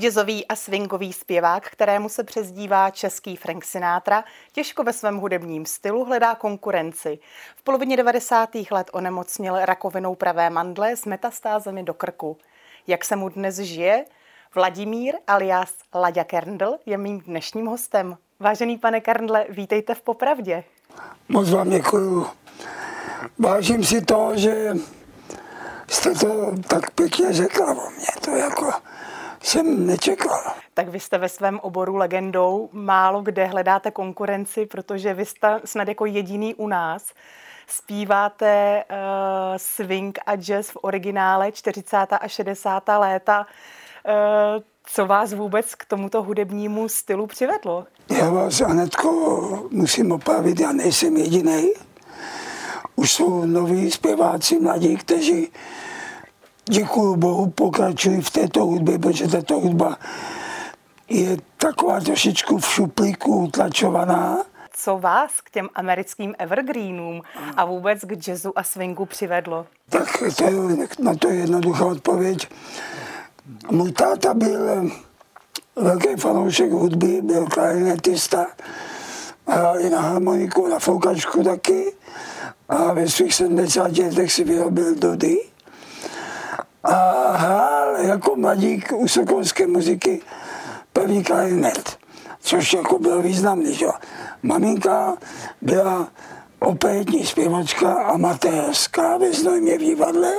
Jazzový a swingový zpěvák, kterému se přezdívá český Frank Sinatra, těžko ve svém hudebním stylu hledá konkurenci. V polovině 90. let onemocněl rakovinou pravé mandle s metastázemi do krku. Jak se mu dnes žije? Vladimír alias Láďa Kerndl je mým dnešním hostem. Vážený pane Kerndle, vítejte v Popravdě. Moc vám děkuju. Vážím si to, že jste to tak pěkně řekla o mě. To jako jsem nečekal. Tak vy jste ve svém oboru legendou, málo kde hledáte konkurenci, protože vy jste snad jako jediný u nás. Zpíváte swing a jazz v originále 40. a 60. léta. Co vás vůbec k tomuto hudebnímu stylu přivedlo? Já vás, Anetko, musím opravit, já nejsem jedinej. Už jsou noví zpěváci, mladí, kteří, děkuju Bohu, pokračují v této hudbě, protože tato hudba je taková trošičku v šuplíku utlačovaná. Co vás k těm americkým evergreenům a vůbec k jazzu a swingu přivedlo? Tak na to je jednoduchá odpověď. Můj táta byl velký fanoušek hudby, byl klarinetista, hrál i na harmoniku, na foukačku taky a ve svých 70 letech si vyrobil dudy. A hrál jako mladík u sokolské muziky první klarinet, což jako byl významný. Že? Maminka byla operetní zpěvačka amatérská ve Znojmě v divadle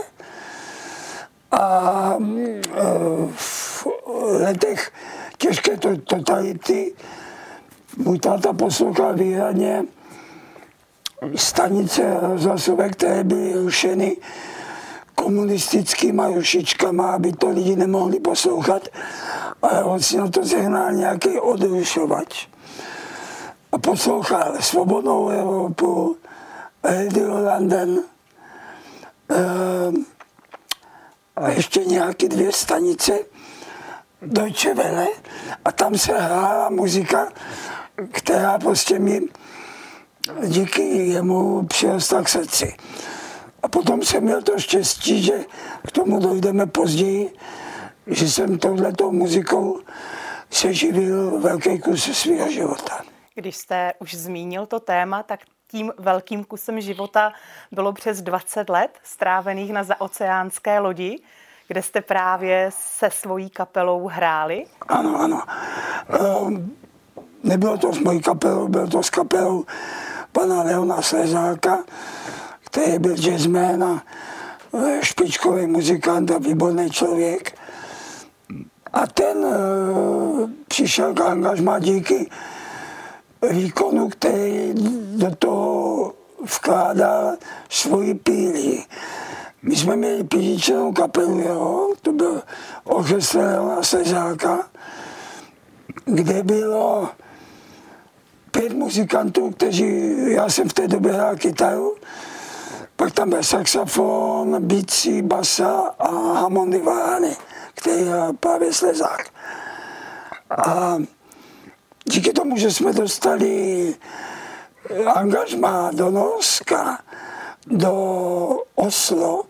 a v letech těžké totality můj táta poslouchal výhradně stanice rozhlasové, které byly rušeny komunistickýma rušičkama, aby to lidi nemohli poslouchat, ale on si na to zehnal nějaký odrušovač. A poslouchal Svobodnou Evropu, Radio London a ještě nějaké 2 stanice Deutsche Welle a tam se hrála muzika, která prostě mi díky jemu přirostla k srdci. A potom jsem měl to štěstí, že k tomu dojdeme později, že jsem touhletou muzikou se živil velký kus svého života. Když jste už zmínil to téma, tak tím velkým kusem života bylo přes 20 let strávených na zaoceánské lodi, kde jste právě se svojí kapelou hráli. Ano. Nebylo to s mojí kapelou, bylo to s kapelou pana Leona Slezáka, který byl jazzman a špičkový muzikant a výborný člověk. A ten přišel k angažmá díky výkonu, který do toho vkládal svoji píli. My jsme měli píličnou kapelu, jo? To byl orchestr Leona Slezáka, kde bylo 5 muzikantů, kteří, já jsem v té době hrál kytaru, pak tam byl saxofon, bicí, basa a Hammondy varhany, který hrál právě Slezák. A díky tomu, že jsme dostali angažmá do Norska, do Oslo,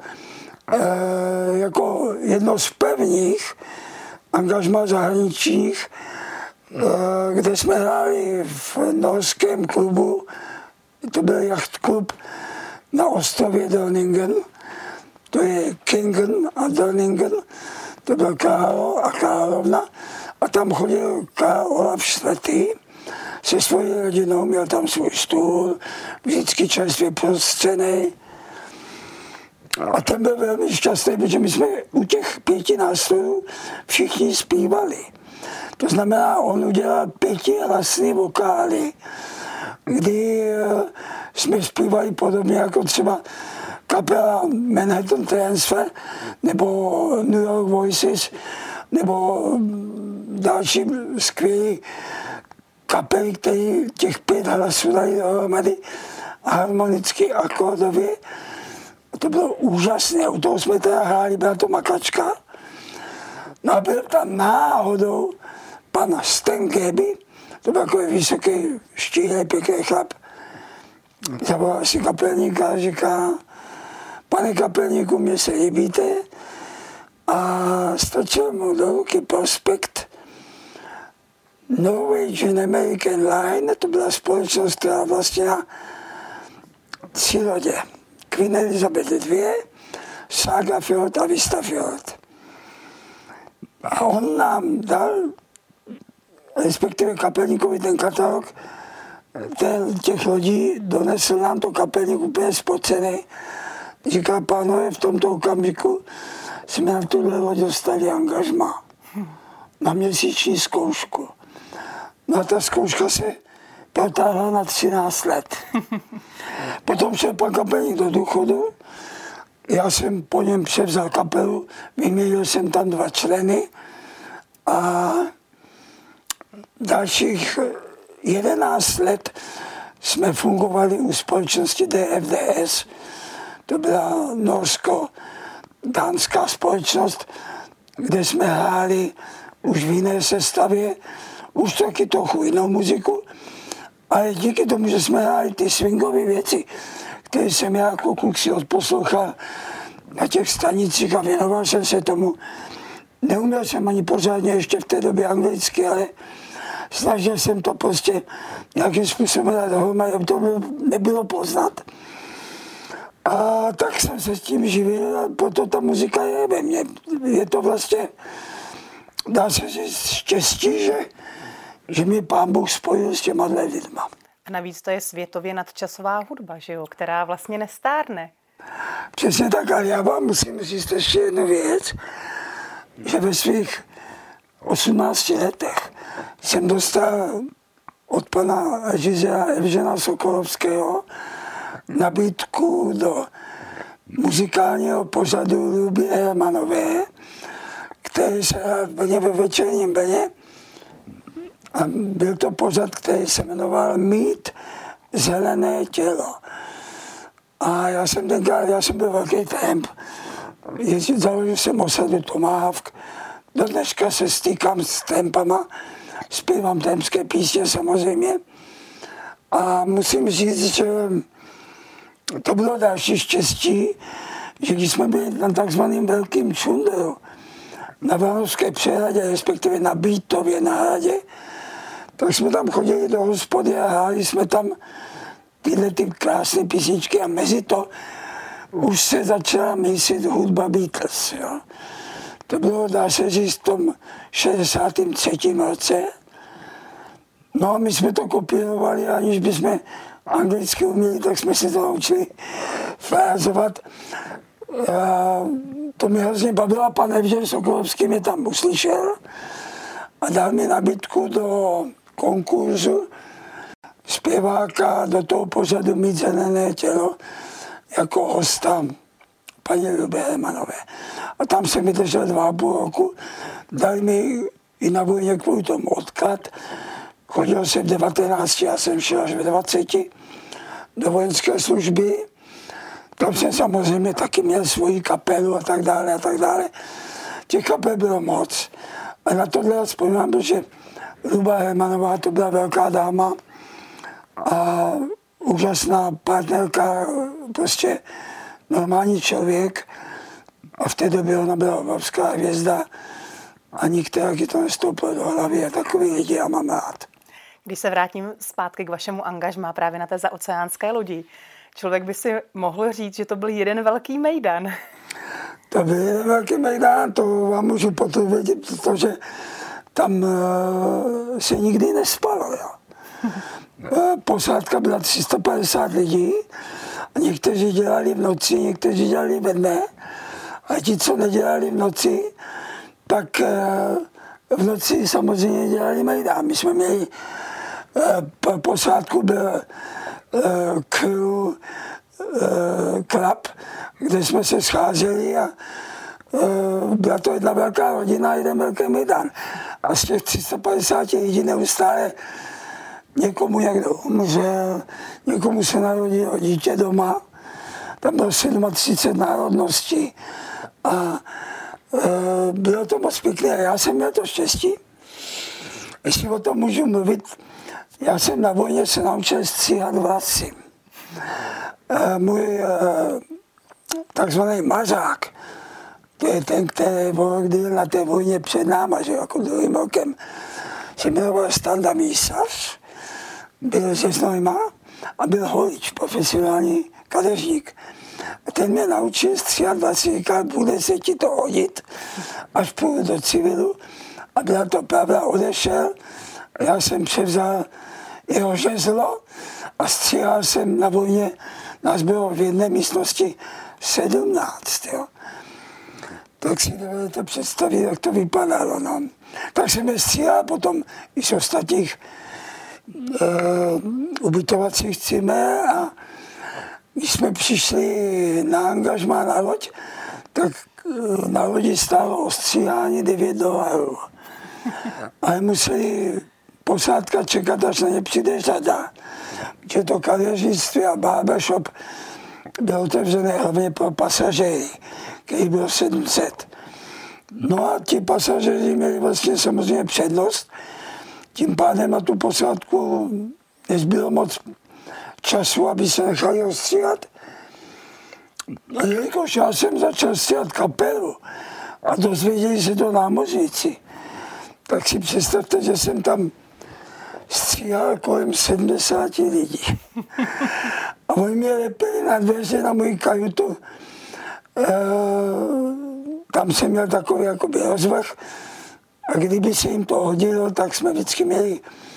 jako jedno z prvních angažmá zahraničních, kde jsme hráli v norském klubu, to byl jachtklub na ostrově Drøningen, to je Kingen a Drøningen, to byl Král a královna a tam chodil král Olav IV. Se svojí rodinou, měl tam svůj stůl, vždycky čerstvě prostřený. A ten byl velmi šťastný, protože my jsme u těch 5 nástrojů všichni zpívali. To znamená, on udělal 5hlasné vokály, kdy jsme zpívali podobně jako třeba kapela Manhattan Transfer nebo New York Voices nebo další skvělé kapely, které těch 5 hlasů dali dohromady harmonicky, akordově. To bylo úžasné, u toho jsme teda hráli, byla to makačka. No a byl tam náhodou pana Stan Gabby, to byl takový vysoký, štíhlý, pěkný chlap. Zavolal si kapelníka a říká, pane kapelníku, mě se líbíte? A a strčil mu do ruky prospekt Norwegian American Line, to byla společnost, která vlastnila 3 lodě. Queen Elizabeth II, Sagafjord a Vistafjord. A on nám dal, respektive kapelníkovi, ten katalog těch lodí, donesl nám to kapelník úplně spocený. Říká, pánové, v tomto okamžiku jsme na tuhle loď dostali angažmá na měsíční zkoušku. No a ta zkouška se protáhla na 13 let. Potom šel pan kapelník do důchodu, já jsem po něm převzal kapelu, vyměnil jsem tam 2 členy a dalších 11 let jsme fungovali u společnosti DFDS, to byla norsko-dánská společnost, kde jsme hráli už v jiné sestavě, už taky trochu jinou muziku, ale díky tomu, že jsme hráli ty swingové věci, které jsem já jako kluk si odposlouchal na těch stanicích a věnoval jsem se tomu. Neuměl jsem ani pořádně ještě v té době anglicky, ale snažil jsem to prostě nějakým způsobem dát dohromady, aby to nebylo poznat. A tak jsem se s tím živil a proto ta muzika je ve mně. Je to vlastně, dá se říct, štěstí, že mě Pán Bůh spojil s těma lidma. A navíc to je světově nadčasová hudba, že jo, která vlastně nestárne. Přesně tak, ale já vám musím říct ještě jednu věc, že ve svých 18 letech jsem dostal od pana režiséra Evžena Sokolovského nabídku do muzikálního pořadu Luby Hermanové, který se hrál v Brně ve Večerním Brně. A byl to pořad, který se jmenoval Mít zelené tělo. A já jsem byl velký temp. Založil jsem osadu Tomahawk. Do dneška se stýkám s tempama, zpívám tempské písně samozřejmě. A musím říct, že to bylo další štěstí, že když jsme byli na takzvaným Velkým Čunderu, na Vánovské přehradě, respektive na Bítově na hradě, tak jsme tam chodili do hospody a hráli jsme tam tyhle ty krásné písničky a mezi to už se začala mísit hudba Beatles. Jo. To bylo, dá se říct, v tom 63. roce. No a my jsme to kopírovali, aniž bychom anglicky uměli, tak jsme se to naučili frázovat. To mě hrozně bavilo, pan Evžen Sokolovský mě tam uslyšel a dal mi nabídku do konkurzu zpěváka do toho pořadu Mít zelené tělo jako hosta paní Luby Hermanové. A tam jsem vydržel 2,5 roku. Dali mi i na vojně kvůli tomu odklad. Chodil jsem v 19, já jsem šel až v 20 do vojenské služby. Tam jsem samozřejmě taky měl svoji kapelu a tak dále a tak dále. Těch kapel bylo moc. A na tohle já vzpomínám, protože Luba Hermanová to byla velká dáma a úžasná partnerka, prostě normální člověk. A v té době ona byla obrovská hvězda a nikterak to nestoupilo do hlavy a takový lidi já mám rád. Když se vrátím zpátky k vašemu angažmá právě na té zaoceánské lodi, člověk by si mohl říct, že to byl jeden velký mejdan. To byl jeden velký mejdan, to vám můžu potvrdit, protože tam se nikdy nespalo. Jo. Posádka byla 350 lidí, a někteří dělali v noci, někteří dělali ve dne. A ti, co nedělali v noci, tak v noci samozřejmě dělali mejdán. My jsme měli posádku, byl crew club, kde jsme se scházeli a byla to jedna velká rodina, jeden velký mejdán. A z těch 350 lidí neustále někomu někdo umřel, někomu se narodilo dítě doma, tam bylo 37 národností a bylo to moc pěkné. Já jsem měl to štěstí, jestli o tom můžu mluvit, já jsem na vojně se naučil stříhat vlasy. Můj takzvaný mařák, to je ten, který byl na té vojně před náma, že jako druhým rokem, se jmenoval Standa Mísař, byl se Znojma a byl holič, profesionální kadeřník. A ten mě naučil z 23, říkal, bude se ti to hodit, až půjdu do civilu. A byla to pravda, odešel. Já jsem převzal jeho žezlo a stříhal jsem na vojně. Nás bylo v jedné místnosti 17. Jo. Tak si dovedete představit, jak to vypadalo. No. Tak jsem je stříhal potom i z ostatních ubytovacích cimer a když jsme přišli na angažmá na loď, tak na lodi stálo ostříhání $9. Ale museli posádka čekat, až na ně přijde řada. Že to kadeřnictví a barbershop bylo otevřené hlavně pro pasažéry, který bylo 700. No a ti pasažéři měli vlastně samozřejmě přednost. Tím pádem na tu posádku nezbylo moc času, aby se nechali ostříhat. A jelikož já jsem začal stříhat kapelu a dozvěděli se to námořníci, tak si představte, že jsem tam stříhal kolem 70 lidí. A oni mě lepili na dveře na moji kajutu. Tam jsem měl takový jakoby rozvrh. A kdyby se jim to hodilo, tak jsme vždycky měli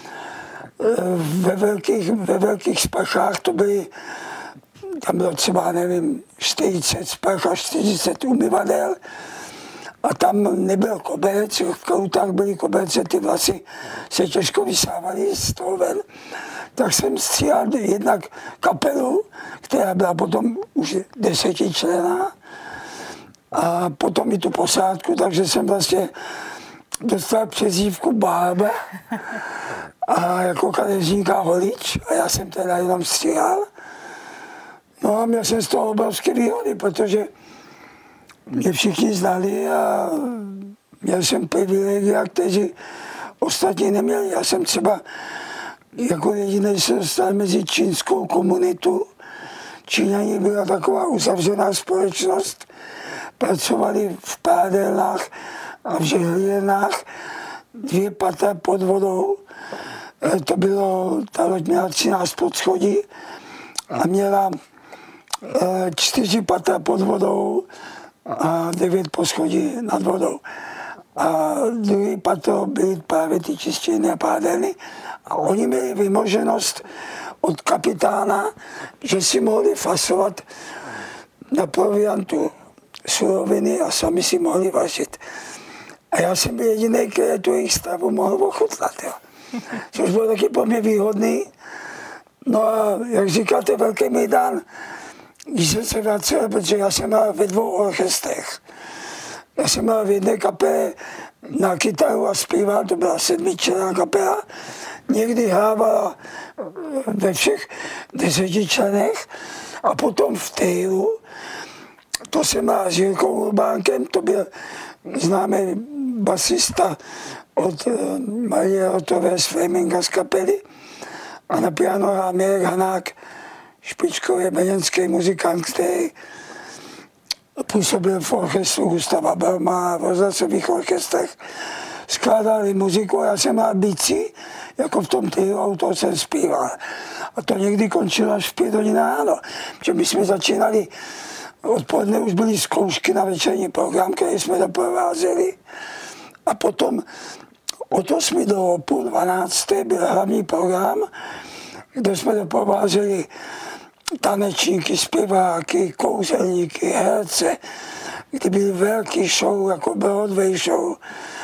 ve velkých sprchách, to byly, tam bylo třeba, nevím, 40 sprch a 40 umyvadel. A tam nebyl koberec, v kajutách byly koberce, ty vlasy se těžko vysávaly z toho ven. Tak jsem stříhal jednak kapelu, která byla potom už 10členná, a potom i tu posádku, takže jsem vlastně dostal přezdívku Barber a jako kadeřníka holič a já jsem teda jenom stříhal. No a měl jsem z toho obrovské výhody, protože mě všichni znali a měl jsem privilegia, kteří ostatní neměli. Já jsem třeba jako jediný se dostal mezi čínskou komunitu. Číňani byla taková uzavřená společnost, pracovali v prádelnách a v žehlírnách 2 patra pod vodou. To bylo, ta loď měla 13 podschodí a měla 4 patra pod vodou a 9 poschodí nad vodou. A druhý patro byly právě ty čistěny a prádelny. A oni měli vymoženost od kapitána, že si mohli fasovat na proviantu suroviny a sami si mohli vařit. A já jsem byl jediný, který tu jejich stravu mohl ochutnat. Jo. Což bylo taky pro mě výhodný. No a jak říkáte, Velký Mejdan, když jsem se vracel, protože já jsem byl ve 2 orchestrech. Já jsem byl v jedné kapele na kytaru a zpíval, to byla 7členná kapela. Někdy hrávala ve všech 10 členech a potom v Tejlu, to jsem byl s Jirkou Urbánkem, to byl známý basista od Marie Rotové z Flaminga z kapely. A na piano hrál Mirek Hanák, špičkově brněnský muzikant, který působil v orchestru Gustava Belma, v rozhlasových orchestrech. Skládali muziku a já jsem hrál bicí, jako v tom trio, auto jsem zpíval. A to někdy končilo až v 5 hodin ráno, protože my jsme začínali, odpoledne už byly zkoušky na večerní program, který jsme doprovázeli. A potom od 8 do půl 12 byl hlavní program, kde jsme doprovázeli tanečníky, zpěváky, kouzelníky, herce, kdy byly velký show, jako Broadway show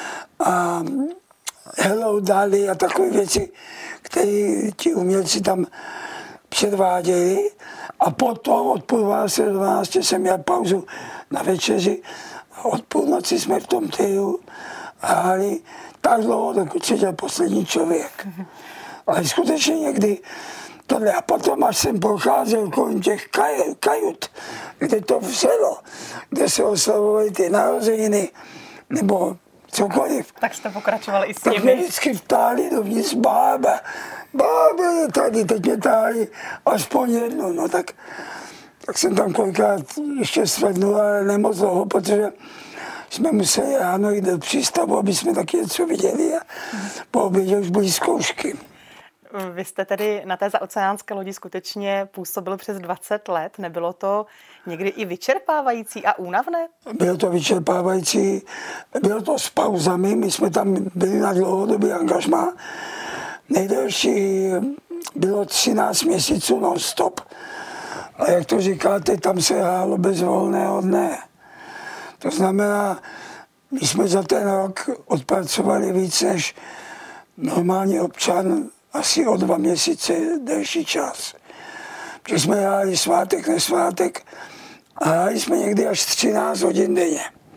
a Hello Dolly a takové věci, které ti umělci tam předváděli. A potom od půl 12 do 12 jsem měl pauzu na večeři a od půlnoci jsme v tom triu hráli tak dlouho, dokud seděl poslední člověk. Ale skutečně někdy tohle. A potom, až jsem procházel kolem těch kajut, kde to vzelo, kde se oslavovaly ty narozeniny, nebo cokoliv. Tak jste pokračovali i s nimi. Tak mě nimi. vždycky vtáhli dovnitř Barber. Barber je tady, teď mě táhli aspoň jednu. No tak jsem tam kolikrát ještě svednul, ale nemoc dlouho, protože jsme museli ráno jít do přístavu, aby jsme taky něco viděli a po obědě už byly zkoušky. Vy jste tedy na té zaoceánské lodi skutečně působil přes 20 let. Nebylo to někdy i vyčerpávající a únavné? Bylo to vyčerpávající, bylo to s pauzami, my jsme tam byli na dlouhodobý angažmá. Nejdelší bylo 13 měsíců non-stop. A jak to říkáte, tam se hrálo bez volného dne. To znamená, my jsme za ten rok odpracovali víc než normální občan, asi o 2 měsíce delší čas. Protože jsme hráli svátek, nesvátek a hráli jsme někdy až 13 hodin denně.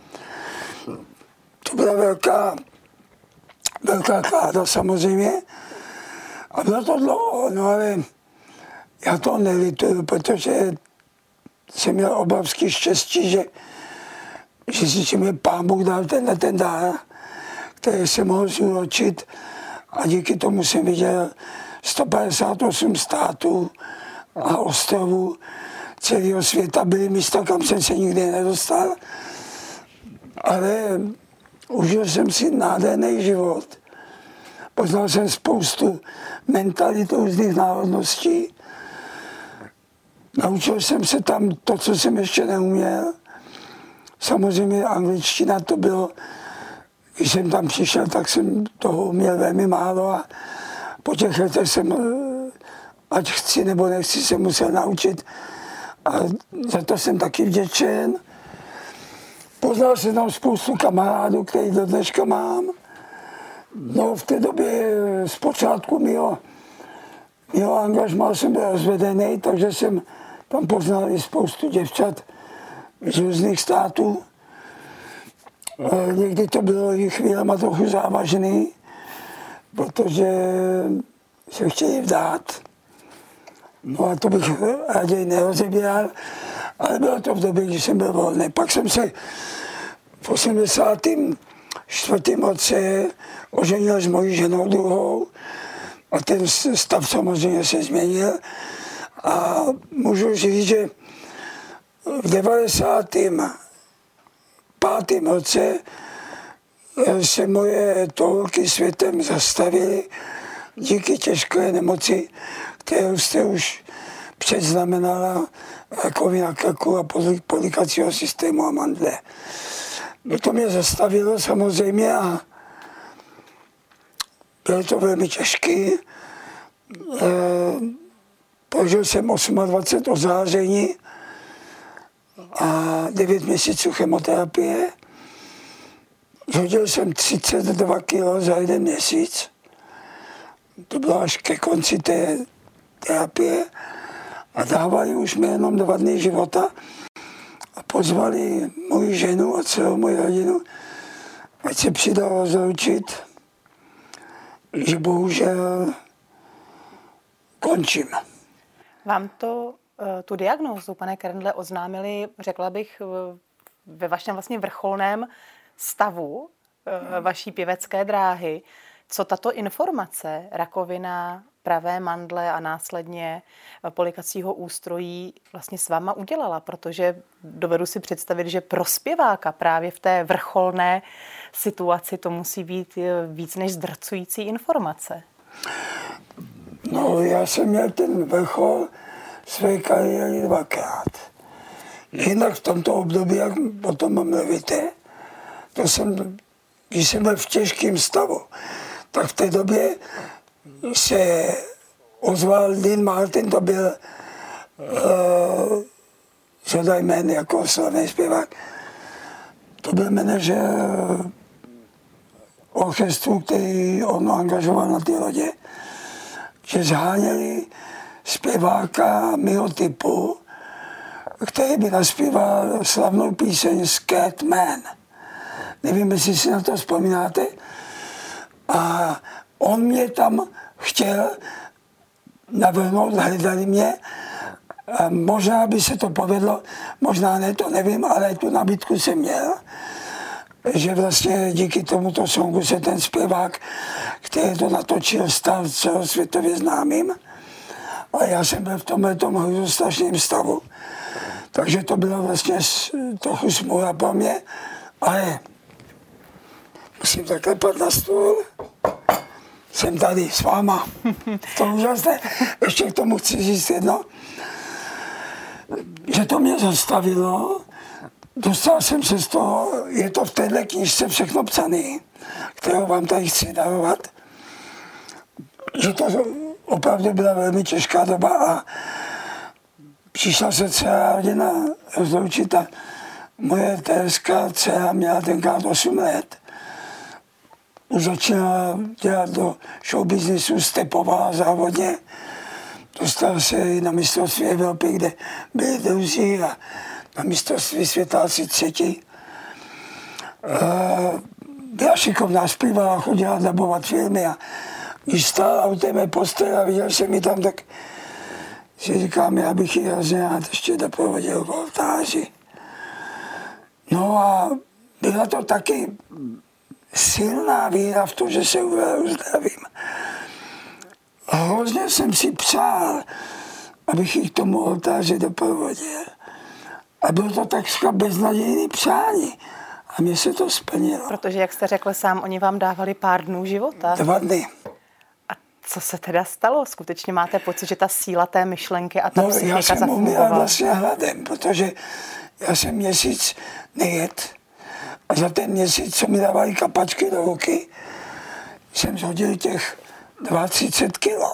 To byla velká kláda samozřejmě a bylo to dlouho, no ale já to nelituju, protože jsem měl obrovský štěstí, že si mě Pán Bůh dal ten dár, který jsem mohl zúročit a díky tomu jsem viděl 158 států a ostrovů celého světa. Byly místa, kam jsem se nikdy nedostal, ale užil jsem si nádherný život. Poznal jsem spoustu mentalit různých národností. Naučil jsem se tam to, co jsem ještě neuměl. Samozřejmě angličtina to bylo, když jsem tam přišel, tak jsem toho uměl velmi málo a po těch letech jsem, ať chci nebo nechci, se musel naučit. A za to jsem taky vděčen. Poznal jsem tam spoustu kamarádů, který do dneška mám. No v té době zpočátku mého angažmá jsem byl rozvedený, takže jsem tam poznal i spoustu děvčat z různých států. Někdy to bylo i chvílema trochu závažný, protože se chtěli vdát. No a to bych raději nerozebíral, ale bylo to v době, když jsem byl volný. Pak jsem se v 84. roce oženil s mojí ženou druhou a ten stav samozřejmě se změnil. A můžu říct, že v 95. roce se moje toulky světem zastavily díky těžké nemoci, kterou jste už předznamenala, rakovina krku a podlikacího systému a mandle. No to mě zastavilo samozřejmě a bylo to velmi těžké. Prožil jsem 28 ozáření a 9 měsíců chemoterapie. Zhodil jsem 32 kg za 1 měsíc. To bylo až ke konci té terapie. A dávali už mi jenom 2 dny života a pozvali moji ženu a celou moji rodinu, ať se přidal rozloučit, že bohužel končím. Vám tu diagnózu, pane Kerndle, oznámili, řekla bych, ve vašem vlastně vrcholném stavu vaší pěvecké dráhy. Co tato informace, rakovina pravé mandle a následně polikacího ústrojí vlastně s váma udělala? Protože dovedu si představit, že pro zpěváka právě v té vrcholné situaci to musí být víc než zdrcující informace. No, já jsem měl ten vrchol své kariéry 2krát. Jinak v tomto období, jak o tom mluvíte, když jsem byl v těžkém stavu, tak v té době se ozval Dean Martin, to byl řada jmén jako slavný zpěvák. To byl manažer orchestru, který on angažoval na té lodě, že zháněli zpěváka mého typu, který by naspíval slavnou píseň Scatman. Nevím, jestli si na to vzpomínáte. A on mě tam chtěl navrhnout, hledali mě. A možná by se to povedlo, možná ne, to nevím, ale tu nabídku jsem měl, že vlastně díky tomuto songu se ten zpěvák, který to natočil, stal celosvětově známým. A já jsem byl v tomhletom hruzostrašném stavu. Takže to bylo vlastně trochu smůla pro mě, ale Musím tak klepat na stůl. Jsem tady s váma. To úžasné. Ještě k tomu chci říct jedno, že to mě zastavilo. Dostal jsem se z toho, je to v téhle knížce všechno psané, kterou vám tady chci darovat, že to opravdu byla velmi těžká doba a přišla se celá rodina rozloučit a moje Tereska dcera měla tenkrát 8 let. Už začínala dělat do showbiznisu, stepovala závodně. Dostala se i na mistrovství Evropy, kde byli druzí a na mistrovství světa asi 3. Byla šikovná, zpívala, chodila dabovat filmy a když stál autem je postel a viděl jsem ji tam, tak si říkám, já bych ji hrozně rád ještě doprovodil v oltáři. No a byla to taky silná víra v to, že se uzdravím. Hrozně jsem si přál, abych ji k tomu oltáři doprovodil. A bylo to takřka beznadějný přání. A mně se to splnilo. Protože, jak jste řekl sám, oni vám dávali pár dnů života. 2 dny. A co se teda stalo? Skutečně máte pocit, že ta síla té myšlenky a ta psychika já jsem zafungovala? umíral vlastně hladem, protože já jsem měsíc nejet. A za ten měsíc, co mi dávali kapačky do ruky, jsem zhodil těch 32 kilo.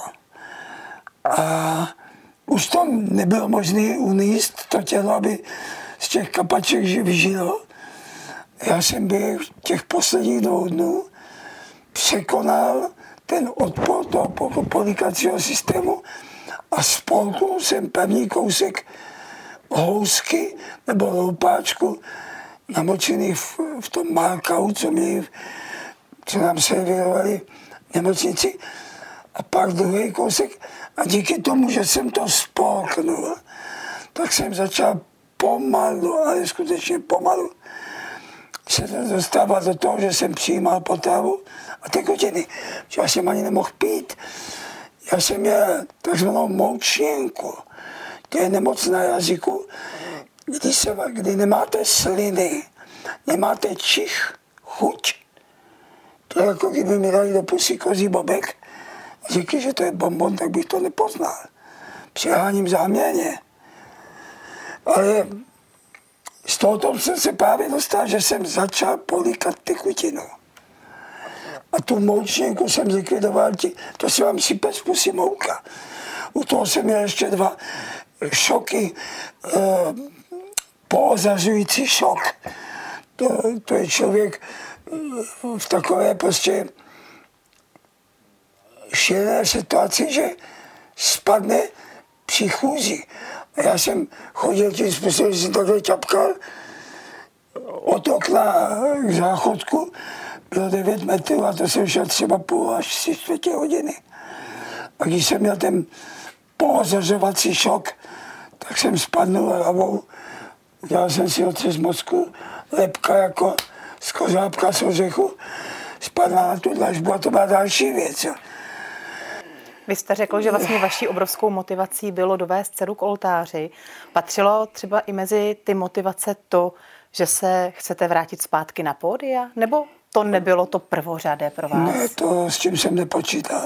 A už to nebylo možné uníst to tělo, aby z těch kapaček vyžilo. Já jsem byl těch posledních 2 dnů překonal ten odpor toho podnikacího systému a spolknul jsem pevný kousek housky nebo loupáčku namočený v tom markau, co nám servírovali v nemocnici. A pak druhý kousek. A díky tomu, že jsem to spolknul, tak jsem začal pomalu, ale skutečně pomalu, se dostávat do toho, že jsem přijímal potravu a tekutiny. Já jsem ani nemohl pít. Já jsem měl takzvanou moučněnku. To je nemoc na jazyku, kdy nemáte sliny, nemáte čich, chuť. To je jako kdyby mi dali do pusy kozí bobek a řekli, že to je bonbon, tak bych to nepoznal. Přeháním záměrně. Ale z tohoto jsem se právě dostal, že jsem začal polikat tekutinu. A tu moučněnku jsem zlikvidoval, to se vám sype z pusy mouka. U toho jsem měl ještě 2 šoky, poozařující šok. To je člověk v takové prostě šílené situaci, že spadne při chůzi. A já jsem chodil tím způsobem, že jsem takhle čapkal od okna k záchodku, bylo 9 metrů a to jsem šel třeba půl až 3/4 hodiny. A když jsem měl ten poozařovací šok, tak jsem spadnul hlavou, udělal jsem si otřes mozku, lepka jako z kozápka z ořechu, spadla na tu dlažbu a to byla další věc. Jo. Vy jste řekl, že vlastně vaší obrovskou motivací bylo dovést dceru k oltáři. Patřilo třeba i mezi ty motivace to, že se chcete vrátit zpátky na pódia? Nebo to nebylo to prvořadé pro vás? Ne, to s tím jsem nepočítal.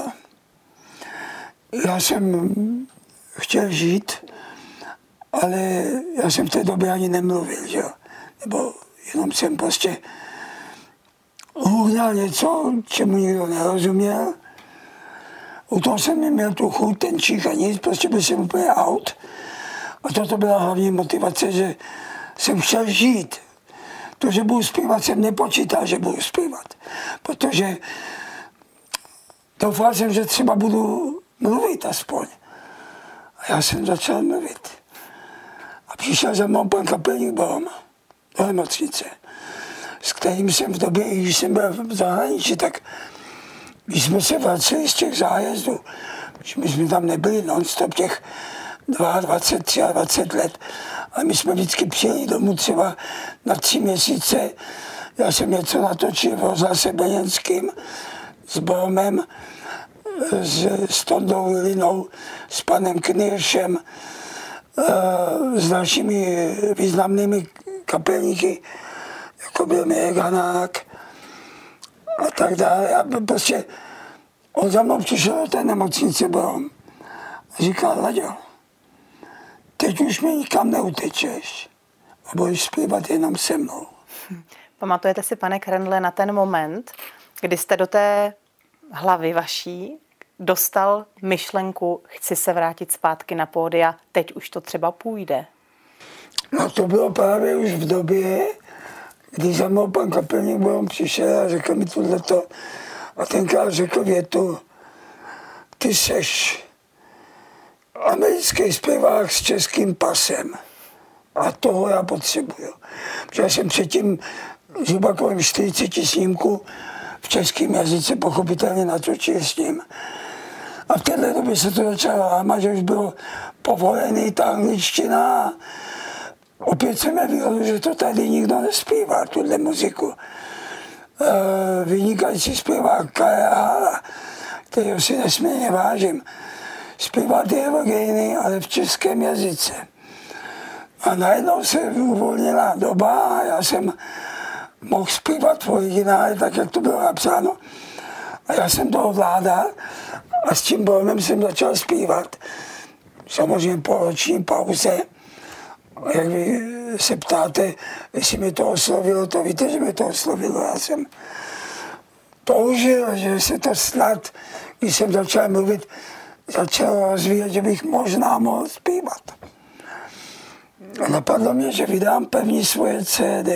Já jsem chtěl žít, ale já jsem v té době ani nemluvil, že jo. Nebo jenom jsem prostě hůřnal něco, čemu nikdo nerozuměl. U toho jsem neměl tu chuť, ten čích a nic, prostě byl jsem úplně out. A toto byla hlavní motivace, že jsem chtěl žít. To, že budu zpívat, jsem nepočítal, že budu zpívat. Protože doufal jsem, že třeba budu mluvit aspoň. A já jsem začal mluvit. A přišel za mnou pan kapelník Brom do nemocnice, s kterým jsem v době, když jsem byl v zahraničí, tak když jsme se vraceli z těch zájezdů, my jsme tam nebyli non-stop těch 22, 23 let, ale my jsme vždycky přijeli domů třeba na 3 měsíce. Já jsem něco natočil v rozhlase brněnským s Bromem, s Tondou Linou, s panem Kniršem, s dalšími významnými kapelníky, jako byl Mirek Hanák. a tak dále. Já prostě, on za mnou přišel do té nemocnice Brom a říkal, Laďo, teď už mi nikam neutečeš a budeš zpívat jenom se mnou. Pamatujete si, pane Krendle, na ten moment, kdy jste do té hlavy vaší dostal myšlenku, chci se vrátit zpátky na pódia, teď už to třeba půjde? No to bylo právě už v době, kdy za mnou pan kapelník Brom přišel a řekl mi tohleto a tenkrát řekl větu, ty seš americký zpěvák s českým pasem a toho já potřebuju. Protože já jsem předtím zhruba kolem 40 snímků v českém jazyce pochopitelně natočil s ním. A v této době se to začalo lámat, že už bylo povolený ta angličtina. Opět jsem nevěděl, že to tady nikdo nespívá, tuhle muziku. Vynikající zpěvák K.A., kterého si nesmírně vážím. Zpívá ty evergreeny, ale v českém jazyce. A najednou se uvolnila doba a já jsem mohl zpívat v originále, tak jak to bylo napsáno. A já jsem to ovládal a s tím Bromem jsem začal zpívat. Samozřejmě po roční pauze. A jak vy se ptáte, jestli mi to oslovilo, to víte, že mi to oslovilo. Já jsem toužil, že se to snad, když jsem začal mluvit, začal rozvíjet, že bych možná mohl zpívat. A napadlo mě, že vydám první svoje CD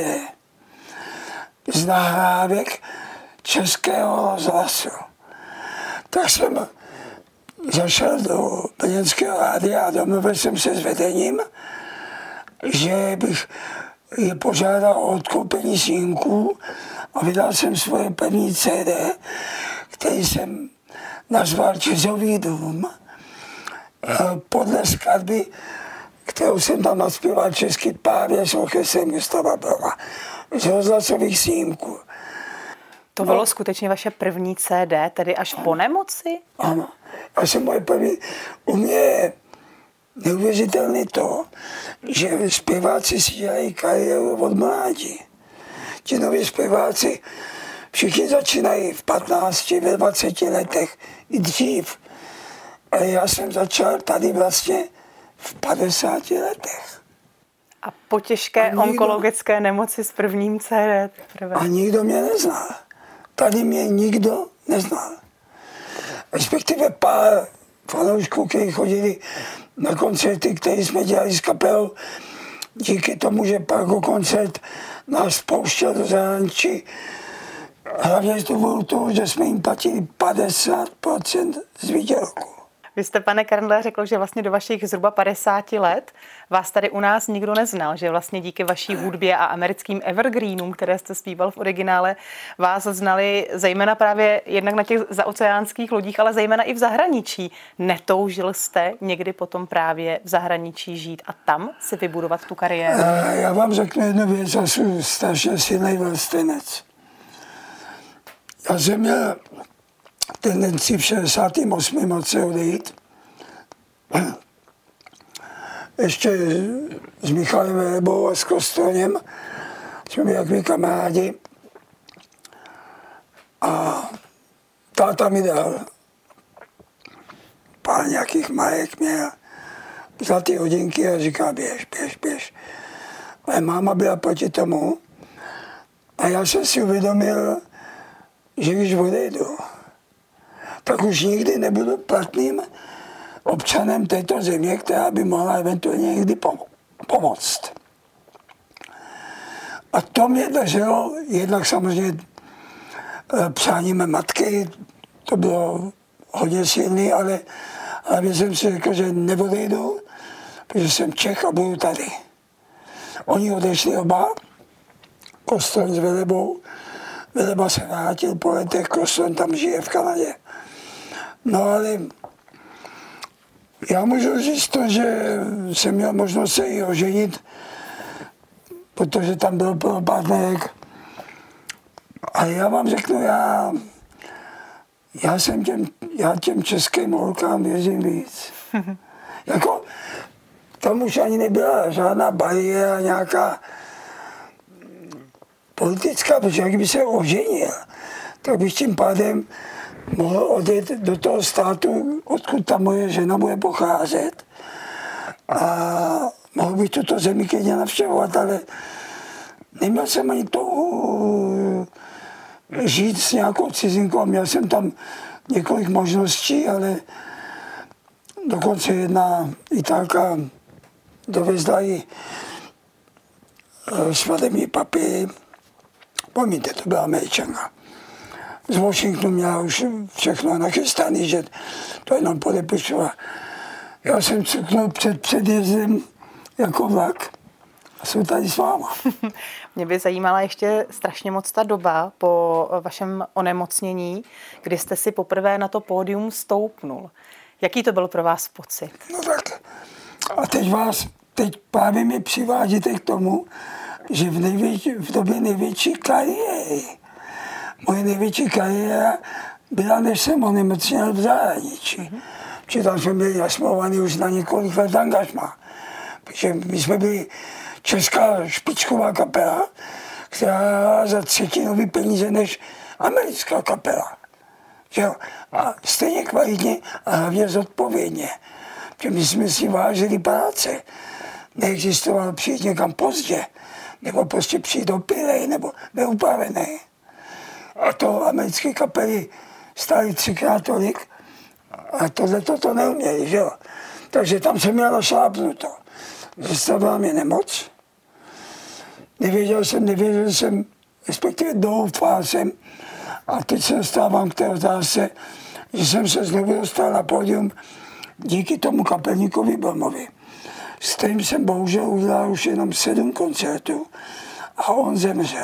z nahrávek Českého rozhlasu. Tak jsem zašel do brněnského rádia a domluvil jsem se s vedením, že bych je požádal o odkoupení snímků a vydal jsem svoje první CD, který jsem nazval Jazzový dům, podle skladby, kterou jsem tam naspíval český pávě s orchestrem Gustava Broma, z rozhlasových snímků. To bylo skutečně vaše první CD, tedy až po nemoci? Ano. A jsem moje první. U mě je neuvěřitelné to, že zpěváci si dělají kariéru od mládí. Ti noví zpěváci všichni začínají v 15, ve 20 letech, i dřív. Ale já jsem začal tady vlastně v 50 letech. A po těžké onkologické nemoci s prvním CD teprve. A nikdo mě neznal. Tady mě nikdo neznal. Respektive pár fanoušků, kteří chodili na koncerty, které jsme dělali s kapelou, díky tomu, že Pargo koncert nás pouštěl do zahraničí. Hlavně z toho, že jsme jim platili 50% z výdělku. Vy jste, pane Krendle, řekl, že vlastně do vašich zhruba 50 let vás tady u nás nikdo neznal, že vlastně díky vaší hudbě a americkým evergreenům, které jste zpíval v originále, vás znali zejména právě jednak na těch zaoceánských lodích, ale zejména i v zahraničí. Netoužil jste někdy potom právě v zahraničí žít a tam si vybudovat tu kariéru? Já vám řeknu jednu věc, já jsem strašně silný vlastenec. Já jsem měl tendenci v 68. roce odejít. Ještě s Michalem Velebou a s Kostroněm jsme byli jak kamarádi. A táta mi dal pár nějakých marek, měl zlatý hodinky a říká běž. Ale máma byla proti tomu a já jsem si uvědomil, že když odejdu, tak už nikdy nebudu platným občanem této země, která by mohla eventuálně někdy pomoct. A to mě drželo, jednak samozřejmě přáním matky, to bylo hodně silný, ale hlavně jsem si řekl, že neodejdu, protože jsem Čech a budu tady. Oni odešli oba, Kostroň s Velebou. Veleba se vrátil po letech, Kostroň tam žije v Kanadě. No ale já můžu říct to, že jsem měl možnost se i oženit, protože tam byl partnerek. A já vám řeknu, já těm českým holkám věřím víc. Jako, tam už ani nebyla žádná bariéra, nějaká politická, protože kdyby se oženil, tak bych tím pádem mohl odjet do toho státu, odkud ta moje žena bude pocházet. A mohl bych tuto zemi klidně navštěvovat, ale neměl jsem ani touhu žít s nějakou cizinkou. Měl jsem tam několik možností, ale dokonce jedna Italka dovezla i svatební papíry. Pomíte, to byla Američanka. Z Washingtonu měla už všechno nachystané, že to jenom podepisovala. Já jsem cuknul před předjezdem jako vlak a jsem tady s váma. Mě by zajímala ještě strašně moc ta doba po vašem onemocnění, kdy jste si poprvé na to pódium stoupnul. Jaký to byl pro vás pocit? No tak, a teď právě mi přivádíte k tomu, že v době největší kariéry, moje největší kariéra byla, než jsem onemocněl v zahraničí. Protože tam jsme byli nasmlouvaný už na několik let angažmá. Protože my jsme byli česká špičková kapela, která hrála za třetinový peníze než americká kapela. Jo? A stejně kvalitně a hlavně zodpovědně. Protože my jsme si vážili práce. Neexistovalo přijít někam pozdě, nebo prostě přijít opilej, nebo neupravený. A to americké kapely stály 3krát tolik a tohle to neuměli, že jo. Takže tam jsem měl našlápnuto. Zastavila mě nemoc. Nevěděl jsem, respektive doufal jsem, a teď se dostávám k té otázce, že jsem se znovu dostal na pódium díky tomu kapelníkovi Blmovi, s kterým jsem bohužel udělal už jenom 7 koncertů a on zemřel.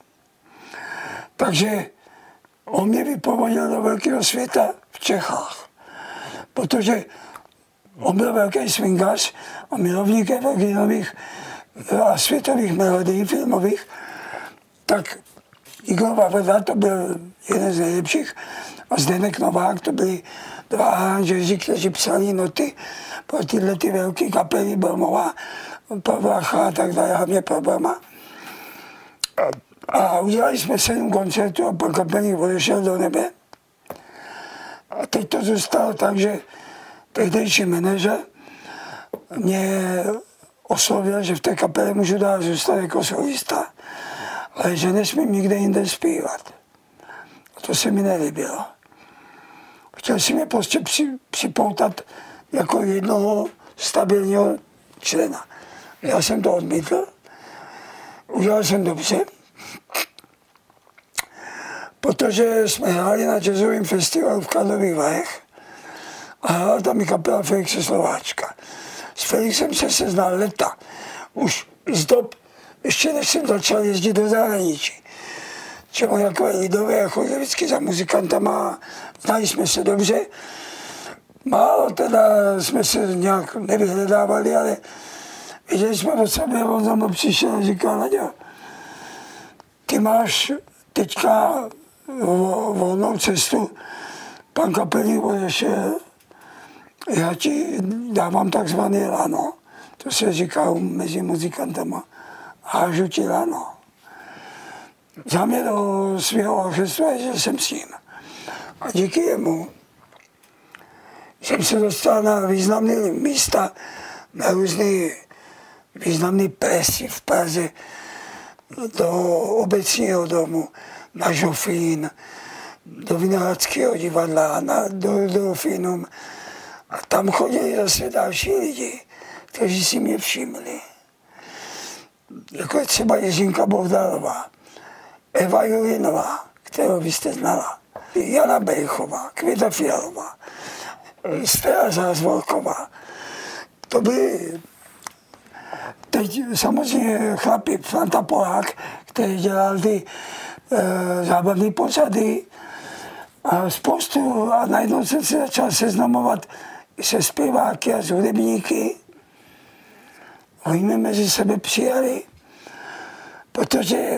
Takže on mě vypovodil do velkého světa v Čechách, protože on byl velký swingař a milovník evergreenových a světových melodií filmových, tak Igor Vavada to byl jeden z nejlepších a Zdeněk Novák to byli 2 aranžéři, kteří psali noty pro tyhle ty velké kapely Blmova, pro Vlacha a tak dále, hlavně pro Blma. A udělali jsme 7 koncertů a pan kapelník odešel do nebe. A teď to zůstalo tak, že tehdejší manažer mě oslovil, že v té kapele můžu dál zůstat jako solista, ale že nesmím nikde jinde zpívat. A to se mi nelíbilo. Chtěl si mě prostě připoutat jako jednoho stabilního člena. Já jsem to odmítl, udělal jsem dobře, protože jsme hráli na jazzovém festivalu v Karlových Varech a hrála tam i kapela Felixe Slováčka. S Felixem jsem se znal leta, už z dob, ještě než jsem začal jezdit do zahraničí. Čemu jako lidové a chodili vždycky za muzikantama, znali jsme se dobře. Málo teda jsme se nějak nevyhledávali, ale viděli jsme od sebe, on za mnou přišel a říkal, Naďo, ty máš teďka volnou cestu, pan kapelník odešel, já ti dávám takzvaný lano, to se říká mezi muzikantama, hážu ti lano. Vzal mě do svého orchestru a že jsem s ním. A díky jemu jsem se dostal na významné místa, na různé významné presy v Praze, do obecního domu, na Žofín, do Vinohradského divadla, do Delfinum. A tam chodili zase další lidi, kteří si mě všimli. Jako je třeba Jiřinka Bohdalová, Eva Julinová, kterou vy jste znala, Jana Bejchová, Květa Fialová, Stella Zázvolková. To byly teď samozřejmě chlapi, Franta Polák, který dělal ty zábavné pořady a spoustu. A najednou jsem se začal seznamovat se zpěváky a s hudebníky. Oni mě mezi sebe přijali, protože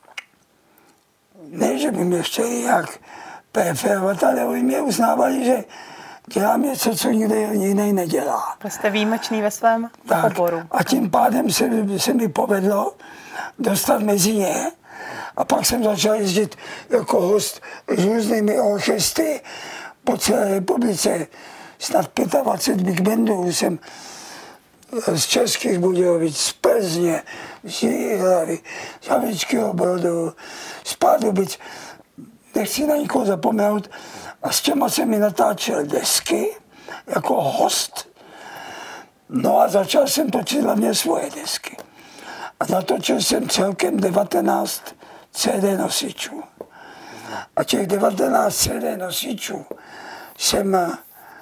ne, že by mě chtěli jak preferovat, ale oni mě uznávali, že dělám něco, co nikdo jiný nedělá. Jste výjimečný ve svém oboru. A tím pádem se mi povedlo dostat mezi ně A pak jsem začal jezdit jako host s různými orchestry po celé republice. Snad 25 big bandů jsem z Českých Budějovic, z Plzně, z Jihlavy, z Havlíčského Brodu, z Pardubic. Nechci na nikoho zapomenout. A s těma jsem mi natáčel desky jako host. No a začal jsem točit hlavně svoje desky. A natočil jsem celkem 19 CD nosičů. A těch 19 CD nosičů jsem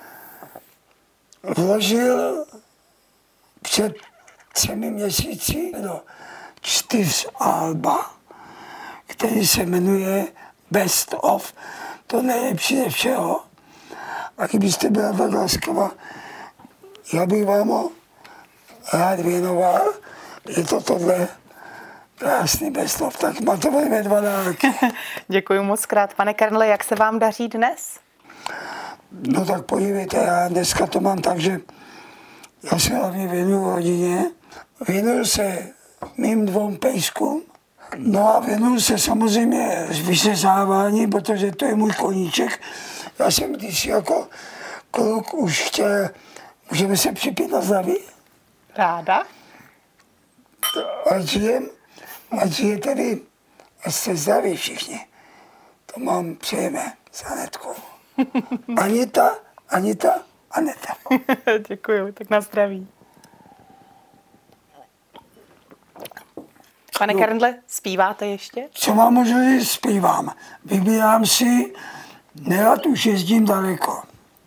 vložil před 3 měsíci do 4 alba, který se jmenuje Best of, to nejlepší ze všeho. A kdybyste byla tak laskava, já bych vám ho rád věnoval. Je to tohle krásný Best of, tak máte ve 2 dárky. Děkuji moc krát. Pane Kernle, jak se vám daří dnes? No tak podívejte, já dneska to mám tak, že já se hlavně věnuju rodině, věnuju se mým 2 pejskům, no a věnuju se samozřejmě vysezávání, protože to je můj koníček. Já jsem když jako kluk už chtěl, můžeme se připít na zdraví? Ráda. Ať žijete vy, ať jste zdraví všichni. To mám přejeme s Anetkou. Aneta. Děkuji, tak na zdraví. Pane Kernle, zpíváte ještě? Co vám můžu říct, zpívám. Vybírám si, nerad už jezdím daleko.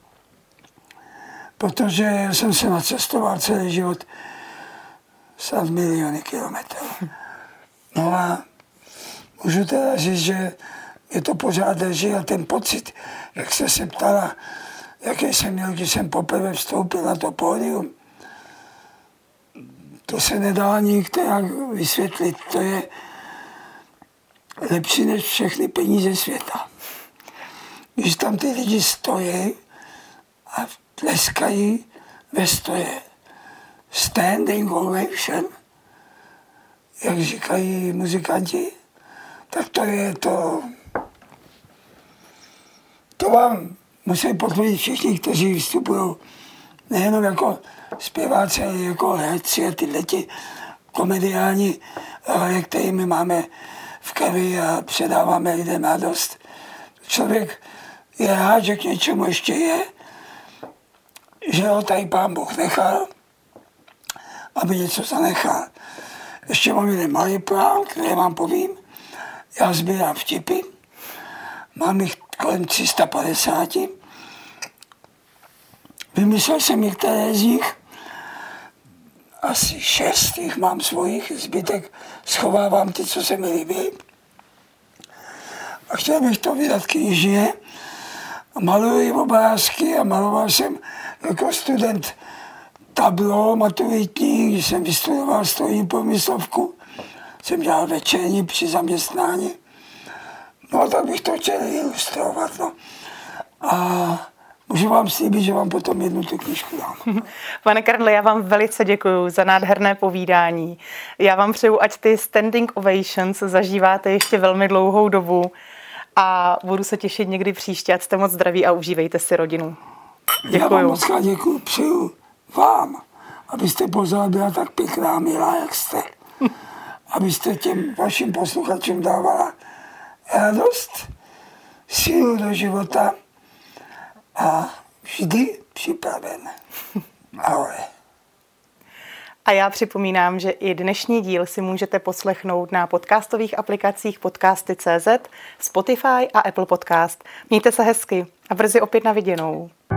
Protože jsem se nacestoval celý život snad miliony kilometrů. No a můžu teda říct, že mě to pořád drží a ten pocit, jak jste se ptala, jaký jsem měl, když jsem poprvé vstoupil na to pódium, to se nedá nikterak vysvětlit. To je lepší než všechny peníze světa. Když tam ty lidi stojí a tleskají ve stoje. Standing ovation, jak říkají muzikanti, tak to je to. To vám musí potvrdit všichni, kteří vystupují nejenom jako zpěváci, ale jako herci a tyhleti komediální role, kterými máme v krvi a předáváme lidem radost. Člověk je rád, že k něčemu ještě je, že ho tady Pán Bůh nechal, aby něco zanechal. Ještě mám jeden malý plán, který vám povím. Já sbírám vtipy, mám jich kolem 350. Vymyslel jsem některé z nich, asi 6 jich mám svojich, zbytek schovávám ty, co se mi líbí. A chtěl bych to vydat knižně. Maluji obrázky a maloval jsem jako student tablo maturitní, když jsem vystudoval strojní průmyslovku, jsem dělal večerní při zaměstnání. No a tak bych to chtěl ilustrovat. No. A můžu vám slíbit, že vám potom jednu tu knížku dám. Pane Kernle, já vám velice děkuji za nádherné povídání. Já vám přeju, ať ty standing ovations zažíváte ještě velmi dlouhou dobu a budu se těšit někdy příště, ať jste moc zdraví a užívejte si rodinu. Děkuju. Já vám moc děkuji, přeju vám, abyste pořád byla tak pěkná, milá, jak jste. Abyste těm vašim posluchačům dávala radost, sílu do života a vždy připraven. Ahoj. A já připomínám, že i dnešní díl si můžete poslechnout na podcastových aplikacích Podcasty.cz, Spotify a Apple Podcast. Mějte se hezky a brzy opět na viděnou.